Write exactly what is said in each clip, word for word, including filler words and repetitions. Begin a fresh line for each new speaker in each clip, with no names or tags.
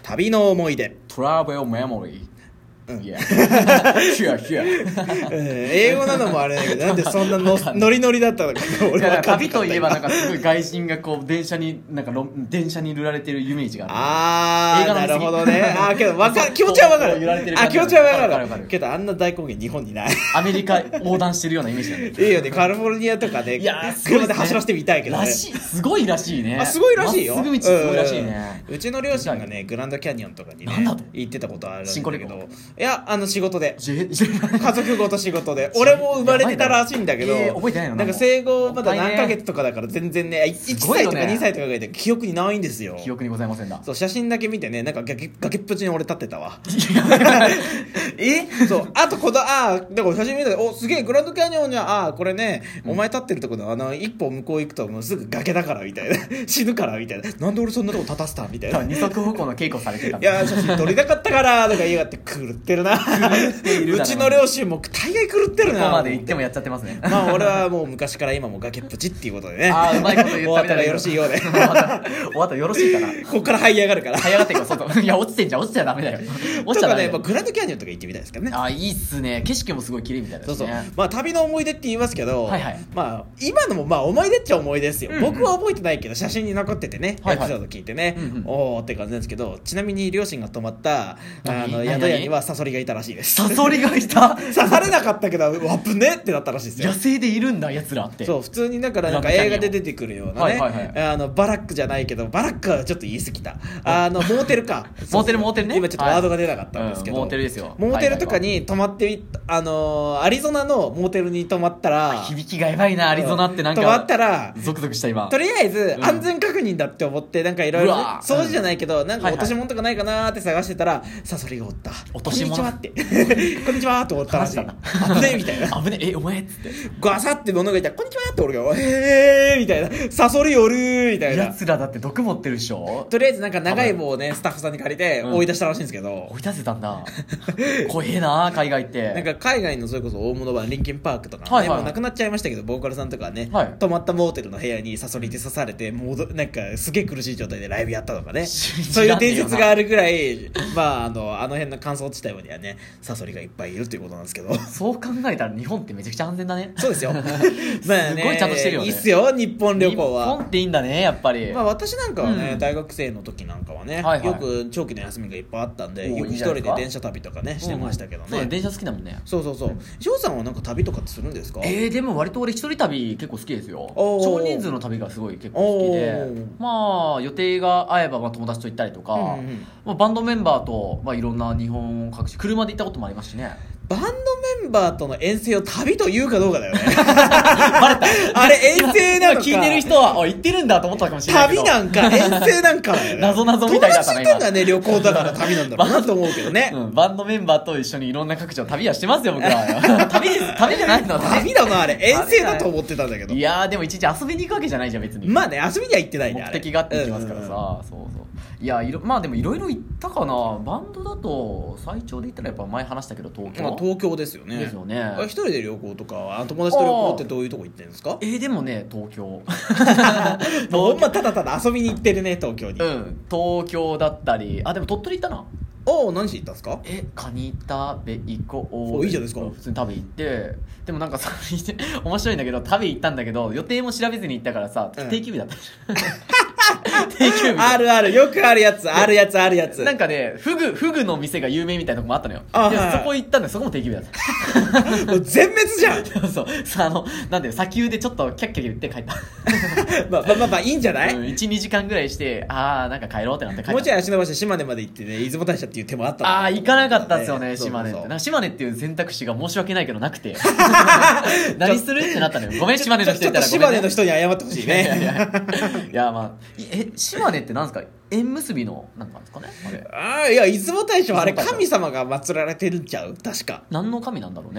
旅の思い出
トラベルメモリー。
うん、
いや、here here
英語なのもあれだけど、なんでそんなのノリノリだったのか俺は
旅といえばなんかすごい外人がこう電車になんか電車に揺られてるイメージがある。
あーなるほどね。あーけどわかる気持ちはわかる。あ気持ちはわかる。かるけどあんな大根日本にない。
アメリカ横断してるようなイメージなんだよ。
いいよね、カリフォルニアとかで、ね、車で走らせてみたいけどね。
らしい、すごいらしいね。
あすごいらしいよ。
まっすぐ道すごいらしいね。
うちの両親がねグランドキャニオンとかにね行ってたことあるんだけど、いやあの仕事で家族ごと仕事で俺も生まれてたらしいんだけど、
えー、覚えてないの
なんか生後まだ何ヶ月とかだから全然ねいっさいとかにさいとかがいて記憶にないんですよ。
記憶にございませんだ。
そう写真だけ見てねなんか崖っぷちに俺立ってたわ。
え
そうあとこのあーだから写真見たらおすげえグランドキャニオンじゃんあーこれね、うん、お前立ってるところあの一歩向こう行くともうすぐ崖だからみたいな死ぬからみたいななんで俺そんなとこ立たせたみたいな
二足歩行の稽古されてた
いや写真撮りたかったからとか言いやがって狂ってるなうちの両親も大概狂ってるな。
ここまで行ってもやっちゃってますね。
まあ俺はもう昔から今も崖っぷちっていうことでね
あーうまいこと言ったみたいな。
終わったらよろしいようで
終わったらよろしいかな。
こっから這い上がるから
這い上がっていく外いや落ちてんじゃん落ちちゃダメだよ落ちちゃダメだよ
とかね、まあ、グランドキャニオンとか行ってみたいですからね。
あいいっすね。景色もすごい綺麗みたいですね。
そうそうまあ旅の思い出って言いますけど、
はいはい、
まあ今のもまあ思い出っちゃ思い出ですよ、うんうん、僕は覚えてないけど写真に残っててね、はいはい、エピソード聞いてね、うんうん、おーって感じなんですけど、ちなみに両親が泊まったあの宿屋にはサソリがいたらしいです。
サソリがいた
刺されなかったけどわっぶねってなったらしいですよ。
野生でいるんだやつらって。
そう普通にだからなんか映画で出てくるようなね、はいはいはい、あのバラックじゃないけどバラックはちょっと言い過ぎたあのモーテルか
モーテルモーテルね。
今ちょっとワードが出なかったんですけど、
はいうん、モーテルですよ。
モーテルとかに泊まってみあのー、アリゾナのモーテルに泊まったら
響きがやばいなアリゾナってなんか
泊まったら
ゾクゾクした今。
とりあえず安全確認だって思ってなんかいろいろ掃除じゃないけどなんか落とし物とかないかなーって探してたらサソリがおった
落とし物
こんにちはってこんにちはって思ったらしい。危ねえみたいな
危ねええお前っつって
ガサって物がいたらこんにちはって俺がへえみたいなサソリおるみたいな。
やつらだって毒持ってるでしょ。
とりあえずなんか長い棒をねスタッフさんに借りて追い出したらしいんですけど、
追い出せたんだ怖えな海外って。
なんか海外のそれこそ大物版リンキンパークとかね、はいはいはい、もうなくなっちゃいましたけどボーカルさんとかね、はい、泊まったモーテルの部屋にサソリで刺されてもうなんかすげえ苦しい状態でライブやったとかねそういう伝説があるぐらいまああのあの辺の乾燥地帯にはねサソリがいっぱいいるということなんですけど
そう考えたら日本ってめちゃくちゃ安全だね。
そうですよまあね
すごいちゃんとしてるよね。
いいっすよ日本旅行は。
日本っていいんだねやっぱり。
まあ私なんかはね、うん、大学生の時なんかはね、はいはい、よく長期の休みがいっぱいあったんでよく一人で電車旅とかねしてましたけどね、うん、
そう電車好きだもんね。
そうそうそう。翔、うん、さんはなんか旅とかってするんですか？
えー、でも割と俺一人旅結構好きですよ。少人数の旅がすごい結構好きでまあ予定が合えばまあ友達と行ったりとか、うんうんまあ、バンドメンバーとまあいろんな日本各地車で行ったこともありますしね。
バンドメンバーとの遠征を旅というかどうかだよね
バレた
あれ遠征なのか
聞いてる人はお行ってるんだと思ったかもしれないけど
旅なんか遠征なんかだよね
謎々みたいだったね
友達いたんだね旅行だから旅なんだろうなと思うけどね、
うん、バンドメンバーと一緒にいろんな各地を旅はしてますよ僕は旅です旅じゃないの
旅だなあれ遠征だと思ってたんだけど。
いやーでも一日遊びに行くわけじゃないじゃん別に。
まあね遊びには行ってないね
目的があって行きますからさ、うんうんうん、そうそういやいろまあでもいろいろ行ったかな。バンドだと最長で行ったらやっぱ前話したけど東京、
まあ、東京ですよね。
ですよね。
一人で旅行とか友達と旅行ってどういうとこ行ってるんですか？
えー、でもね東京もう
ほんまただただ遊びに行ってるね東京に。
うん東京だったりあでも鳥取行ったな。
おお何しに行ったんですか？
えカニ食べ行こう。
おいいじゃないですか。
普通に食べ行ってでもなんかさ面白いんだけど食べ行ったんだけど予定も調べずに行ったからさ、うん、定休日だった定休日
あるあるよくあるやつあるやつあるやつ
なんかねフグフグの店が有名みたいなとこもあったのよ。で、はい、そこ行ったんでそこも定休日だった
もう全滅じゃん
そうそうあのなんだよ砂丘でちょっとキャッキャ言って帰った
まあまあまあまあいいんじゃない、うん、
いちにじかんぐらいしてあーなんか帰ろうってなって帰った。
もうちょい足伸ばして島根まで行ってね出雲大社っていう手もあったの。
ああ行かなかったんですよね、ね、島根って。なんか島根っていう選択肢が申し訳ないけどなくて何するってなったのよ。ごめん島根の人いたらごめん、ね、
島根の人に謝ってほしいね。
いやいやいやいやまあえ島根ってなんですか縁結びのなんかですかねあれ。
ああいや出雲大社はあれ神様が祀られてるんちゃう確か。
何の神なんだろうねあれ。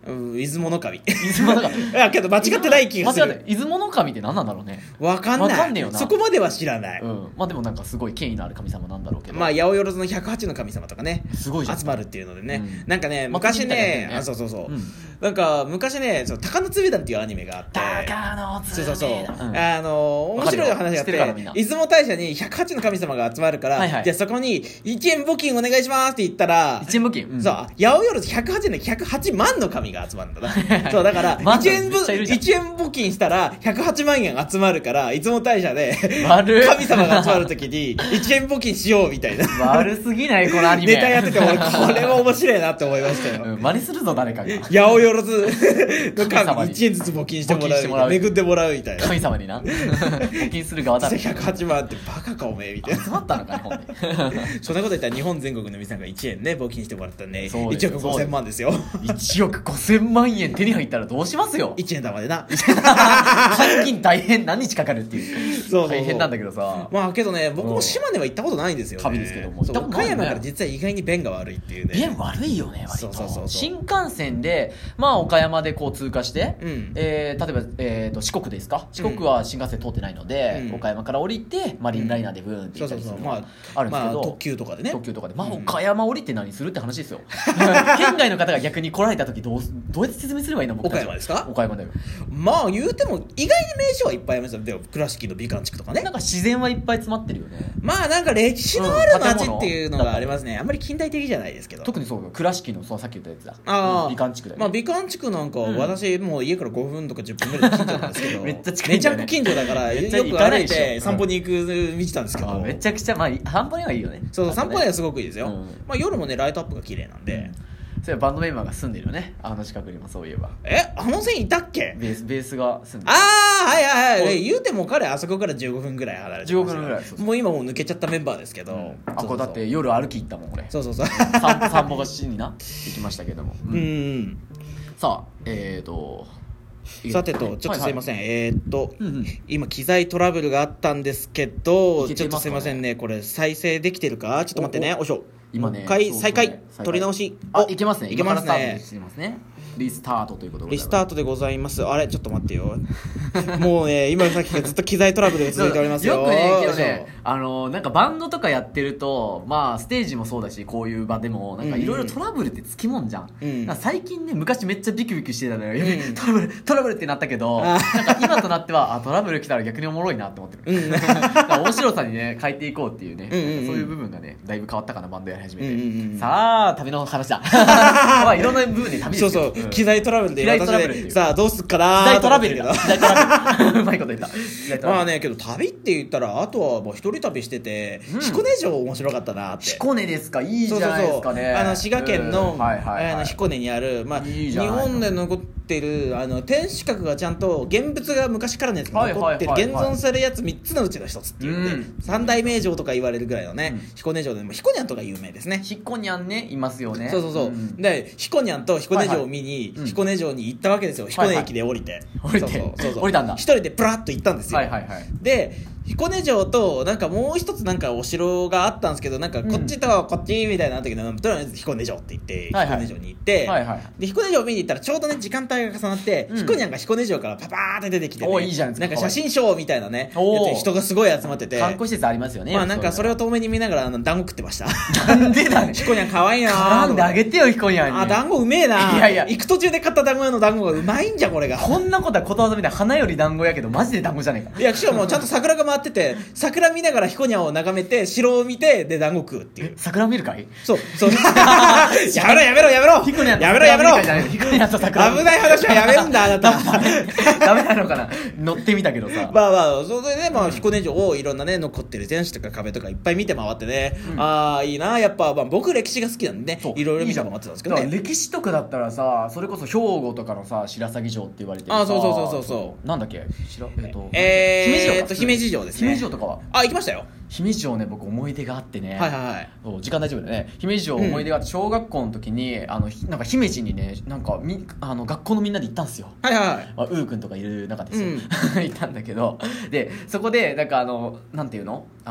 うん、出雲の神
出雲の神
いやけど間違ってない気がする。
間違って出雲の神って何なんだろうね。
わかんない。
わかんねえよな。
そこまでは知らない、
うん、まあでもなんかすごい権威のある神様なんだろうけど、
まあ八百万のひゃくはちの神様とかね
すごいじゃん
集まるっていうのでね、
うん、
なんかね昔ね、ねあそうそうそう、うん、なんか昔ねその鷹の爪団っていうアニメがあって、
鷹の爪団、
そうそうそう、うん、あの面白い話があって、出雲大社にひゃくはちの神様が集まるから、はいはい、じゃあそこにいちえん募金お願いしますって言ったら、
いちえん募金、うん、
そう八百万ひゃくはちでひゃくはちまんの神が集まるんだなそうだからいちえん募金したらひゃくはちまんえん集まるから、出雲大社で神様が集まるときにいちえん募金しようみたいな
悪すぎないこのアニメ
ネタやってて俺これは面白いなって思いましたよ、
うん、真似するぞ誰かが
八百万の神にいちえんずつ募金してもらう、もらう巡ってもらうみたいな、
神様にな募金する側だ
ひゃくはちまんってバカかおめえみたいな
集まったのかねほんで
そんなこと言ったら日本全国の皆さんがいちえんね募金してもらったらねいちおくごせんまんですよ
いちおくごせんまんえん手に入ったらどうしますよ。
いちえん玉でな
換金大変何日かかるっていうそうそうそう大変なんだけどさ、
まあけどね僕も島根は行ったことないんですよね。
旅ですけども
岡山から実は意外に便が悪いっていうね。
便悪いよね割と。
そうそうそうそう
新幹線でまあ岡山でこう通過して、
うん
えー、例えば、えー、と四国ですか、四国は新幹線通ってないので、うん、岡山から降りてマリンライナーでブーンって行ったりするのがあるんですけど、
特急とかでね
特急とかでまあ岡山降りて何するって話ですよ県外の方が逆に来られた時どうどうやって説明すればいいの。
岡山ですか。
岡山だよ。
まあ言うても意外に名所はいっぱいありますよ。でも倉敷の美観地区とかね、
なんか自然はいっぱい詰まってるよね。
まあなんか歴史のある街っていうのがありますね、うん、あんまり近代的じゃないですけど。
特にそう倉敷のそのさっき言ったやつだ。
あ、
うん、美観地区だよね。
まあ美観地区なんか私もう家からごふんとかじゅっぷんぐらいで近所なんですけど
めっちゃ近いんだよね。
めちゃく近所だからよく歩いて散歩に行く道なんですけど、
めちゃくちゃまあ散歩にはいいよね。
そう散歩にはすごくいいですよ、
うん、
まあ夜もねライトアップが綺麗なんで、うん、
そういえばバンドメンバーが住んでるよね、あの近くにも。そういえば
えあの線いたっけ。
ベースベースが住んでる。
ああはいはいはい、言うても彼あそこからじゅうごふんぐらい離れて
じゅうごふんぐらい。そうそう
もう今もう抜けちゃったメンバーですけど、うん、
あこれだって夜歩き行ったもん俺。
そうそうそう
散歩散歩がしにな行きましたけども、
うん、うん、
さあえーと
さてとちょっとすいません、はいはい、えー、っと、うんうん、今機材トラブルがあったんですけど、ね、ちょっとすいませんねこれ再生できてるかちょっと待ってね。おしょ
今ね
回再開取り直し。
あいけますね。
いけますね。
リスタートということで
リスタートでございます。あれちょっと待ってよもうね今さっきからずっと機材トラブルが続いておりますよ。
よくねけどねあのなんかバンドとかやってるとまあステージもそうだしこういう場でもなんかいろいろトラブルってつきもんじゃん、うん、最近ね昔めっちゃビクビクしてたのよ、うん、トラブルトラブルってなったけどなんか今となってはあトラブル来たら逆におもろいなって思ってる、うん、面白さにね変えていこうっていうね、うんうんうん、そういう部分がねだいぶ変わったかなバンドやり始めて、うんうんうん、さあ旅の話だまあいろんな部分で旅ですよ。
そうそう、うん、機材トラブルで
私で
さあどうすっかな
ーと思ってるけど機材トラベルうまいこと言った
まあねけど旅って言ったらあとはもう一人旅してて、うん、彦根城面白かったなって。
彦根ですか。いいじゃないですかね。そうそうそう
あの滋賀県の、はいはいはい、あの彦根にある、まあ、いい日本で残ってるあの天守閣がちゃんと現物が昔からのやつが残ってる、はいはいはいはい、現存されるやつみっつのうちのひとつっていうね、うん、三大名城とか言われるぐらいのね、うん、彦根城でも彦根とか有名ですね。
彦根ねいますよね。
そうそうそう、うん、で彦根と彦根城を見に、はいはい、彦根城に行ったわけですよ。彦根駅で降りて、
はいはい、降りてそうそうそうそう降りたんだ。
一人でプラッと行ったんですよ、
はいはいはい、
で彦根城となんかもう一つなんかお城があったんですけどなんかこっちとこっちみたいなのあったけど、うん、とりあえず彦根城って言って彦根城に行って、はいはい、で彦根城を見に行ったらちょうどね時間帯が重なって、うん、彦根が彦根城からパパーって出てきて、ね、
おいいじゃないですか。
なんか写真ショーみたいなねやつ人がすごい集まってて
観光施設ありますよね。
まあなんかそれを遠目に見ながらあの団子食ってました。
なんでだね
彦根可愛いな
絡んであげてよ彦根に。
あ団子うめえな。いやいや行く途中で買った団子屋の団子がうまいんじゃこれが。
こんなことはことわざみたいな花より団子やけどマジで団子じゃねえか。
いやしかもちゃんと桜が回ってて桜見ながら彦根を眺めて城を見てで団子食うっていう。
桜見るかい。
そうそうやめろやめろやめろ
彦根や
めろやめろ
彦根やった桜
危ない話はやめるんだあなた
ダメなのかな乗ってみたけどさ
まあまあそれでね、まあ、彦根城をいろんなね残ってる天守とか壁とかいっぱい見て回ってね、うん、ああいいなやっぱ、まあ、僕歴史が好きなんでねいろいろ見て回ってたんですけどね。
歴史とかだったらさそれこそ兵庫とかのさ白鷺城って言われてるさ
あそうそうそうそうそう
なんだっけ白えっと
えー、姫路城か姫路城ですね。
姫路城とかは
あ行きましたよ。
姫路城ね僕思い出があってね、
はいはいはい、
そう時間大丈夫だね。姫路城思い出があって、うん、小学校の時にあのなんか姫路にねなんかみあの学校のみんなで行ったんですよ。
はいはい、
まあ、うーくんとかいる中ですよ、うん、行ったんだけどでそこでなんかあのなんていうのあの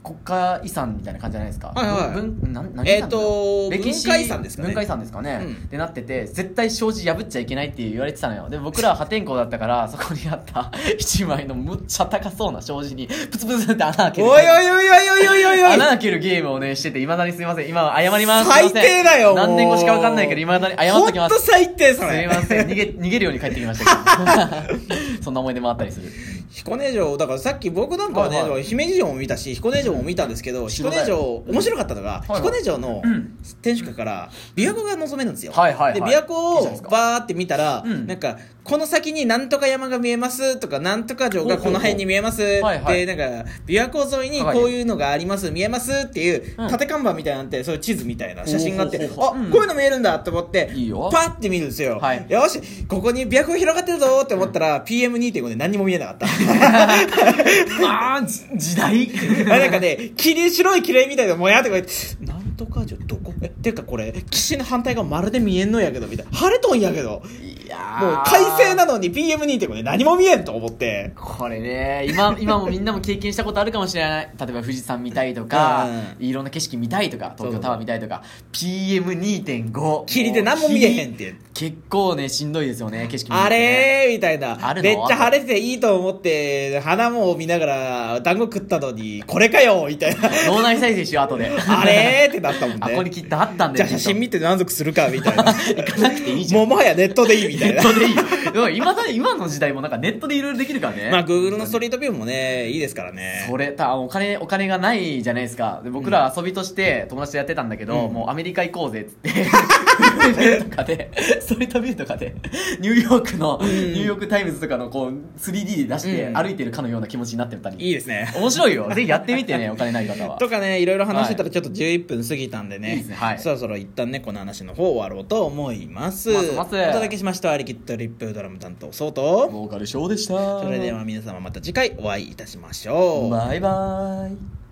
国家遺産みたいな感じじゃないですか、
はいはい、
文な何
えー、と文化遺産ですかね
文化遺産ですかね、
うん、
ってなってて絶対障子破っちゃいけないって言われてたのよ。で僕らは破天荒だったからそこにあった一枚のむっちゃ高そうな障子にプツプツって穴開ける
おいおいおいおいおいおいおい
穴開けるゲームをねしてて、いまだにすいません、今謝ります。
最低だよ。
何年越しか分かんないけどいまだに謝っときます。
ほんと最低それ。
すいません、逃げ逃げるように帰ってきましたけどそんな思い出もあったりする。
彦根城だからさっき僕なんかはね、はいはい、姫路城も見たし彦根城も見たんですけど、うん、彦根城面白かったのが、はいはい、彦根城の天守閣から琵琶湖が望めるんですよ、はいはいはい、で琵琶湖をバーって見たら、うん、なんかこの先になんとか山が見えますとかなんとか城がこの辺に見えますって、はいはい、なんか琵琶湖沿いにこういうのがあります見えますっていう縦看板みたいなのってそういう地図みたいな写真があって、あ、うん、こういうの見えるんだと思っていいよパッて見るんですよ、はい、よしここに琵琶湖広がってるぞって思ったら ピーエムにてんご で何にも見えなかった
あー時代
なんかね霧白い綺麗みたいなもやってこうなんとか城どこえっていうかこれ岸の反対側まるで見えんのやけどみたいな晴れとんやけどいやもう快晴なのに ピーエムにてんご で何も見えんと思って
これね 今, 今もみんなも経験したことあるかもしれない例えば富士山見たいとか、うん、いろんな景色見たいとか東京タワー見たいとか ピーエムにてんご
霧で何も見えへんって
結構ねしんどいですよね景色見て、ね、
あれーみたいなめっちゃ晴れてていいと思って花も見ながら団子食ったのにこれかよみたいな
脳内再生しよう後で
あれーってなったもんね
あここにきっとあったんだ
よじゃあ写真見て満足するかみたいな
行かなくていいじゃん
もうもはやネットでいいみたいな
ネットでいいでも 今, だ今の時代もなんかネットでいろいろできるからね
まあ Google のストリートビューもねいいですからね
それたお金お金がないじゃないですかで僕ら遊びとして友達とやってたんだけど、うん、もうアメリカ行こうぜっつってとかでストリートビューとかでニューヨークの、うん、ニューヨークタイムズとかのこう スリーディー で出して歩いてるかのような気持ちになってたり、
いいですね
面白いよぜひやってみてねお金ない方は
とかねいろいろ話してたらちょっとじゅういっぷん過ぎたんでね、はい、いいですね、はい、そろそろ一旦ねこの話の方終わろうと思います
ますます
お届けしましたリキッドリップドラム担当ソウと
ボーカルショーでした。
それでは皆様また次回お会いいたしましょう。
バイバイ。